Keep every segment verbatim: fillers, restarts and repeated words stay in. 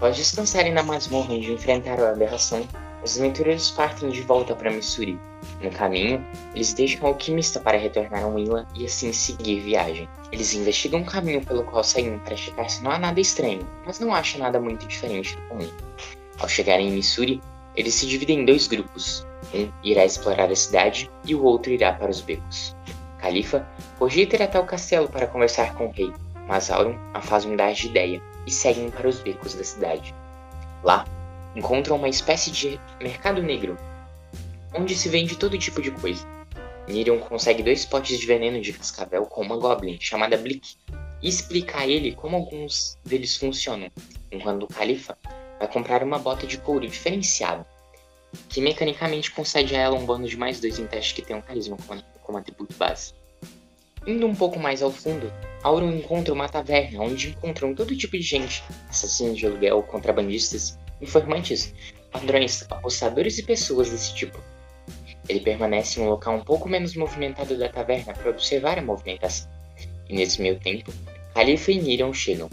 Após descansarem na masmorra onde enfrentaram a aberração, os aventureiros partem de volta para Missuri. No caminho, eles deixam o alquimista para retornar a Willa e assim seguir viagem. Eles investigam o caminho pelo qual saíram para checar se não há nada estranho, mas não acham nada muito diferente do comum. Ao chegarem em Missuri, eles se dividem em dois grupos. Um irá explorar a cidade e o outro irá para os becos. Califa cogita ir até o castelo para conversar com o rei, mas Auron a faz mudar de ideia e seguem para os becos da cidade. Lá, encontram uma espécie de mercado negro, onde se vende todo tipo de coisa. Nirion consegue dois potes de veneno de cascavel com uma goblin chamada Blick e explica a ele como alguns deles funcionam, enquanto o Califa vai comprar uma bota de couro diferenciada, que mecanicamente concede a ela um bônus de mais dois em teste que tem um carisma como, como atributo base. Indo um pouco mais ao fundo, Auron encontra uma taverna onde encontram todo tipo de gente, assassinos de aluguel, contrabandistas, informantes, ladrões, apostadores e pessoas desse tipo. Ele permanece em um local um pouco menos movimentado da taverna para observar a movimentação, e nesse meio tempo, Califa e Nirion chegam.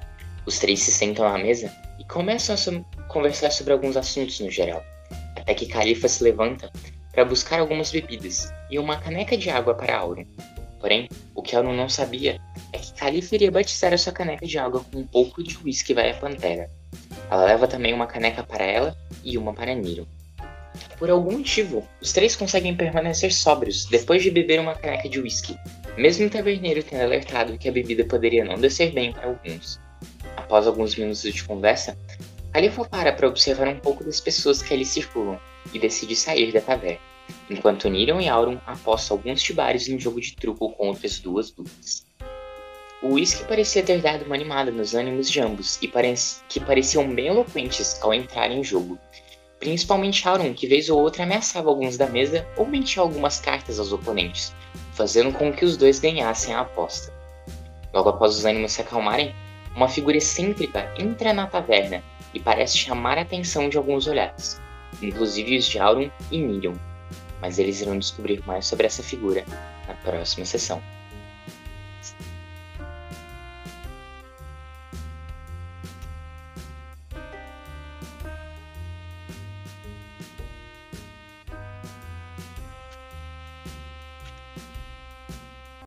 Os três se sentam à mesa e começam a so- conversar sobre alguns assuntos no geral, até que Califa se levanta para buscar algumas bebidas e uma caneca de água para Auron. Porém, o que Auron não sabia é que Califa iria batizar a sua caneca de água com um pouco de whisky vai a Pantera. Ela leva também uma caneca para ela e uma para Nirion. Por algum motivo, os três conseguem permanecer sóbrios depois de beber uma caneca de whisky, mesmo o taverneiro tendo alertado que a bebida poderia não descer bem para alguns. Após alguns minutos de conversa, Califa para para observar um pouco das pessoas que ali circulam e decide sair da taverna, enquanto Nirion e Auron apostam alguns tibares em um jogo de truco com outras duas duplas. O whisky parecia ter dado uma animada nos ânimos de ambos e parec- que pareciam bem eloquentes ao entrar em jogo, principalmente Auron, que vez ou outra ameaçava alguns da mesa ou mentia algumas cartas aos oponentes, fazendo com que os dois ganhassem a aposta. Logo após os ânimos se acalmarem, uma figura excêntrica entra na taverna e parece chamar a atenção de alguns olhares, inclusive os de Auron e Nirion, mas eles irão descobrir mais sobre essa figura na próxima sessão.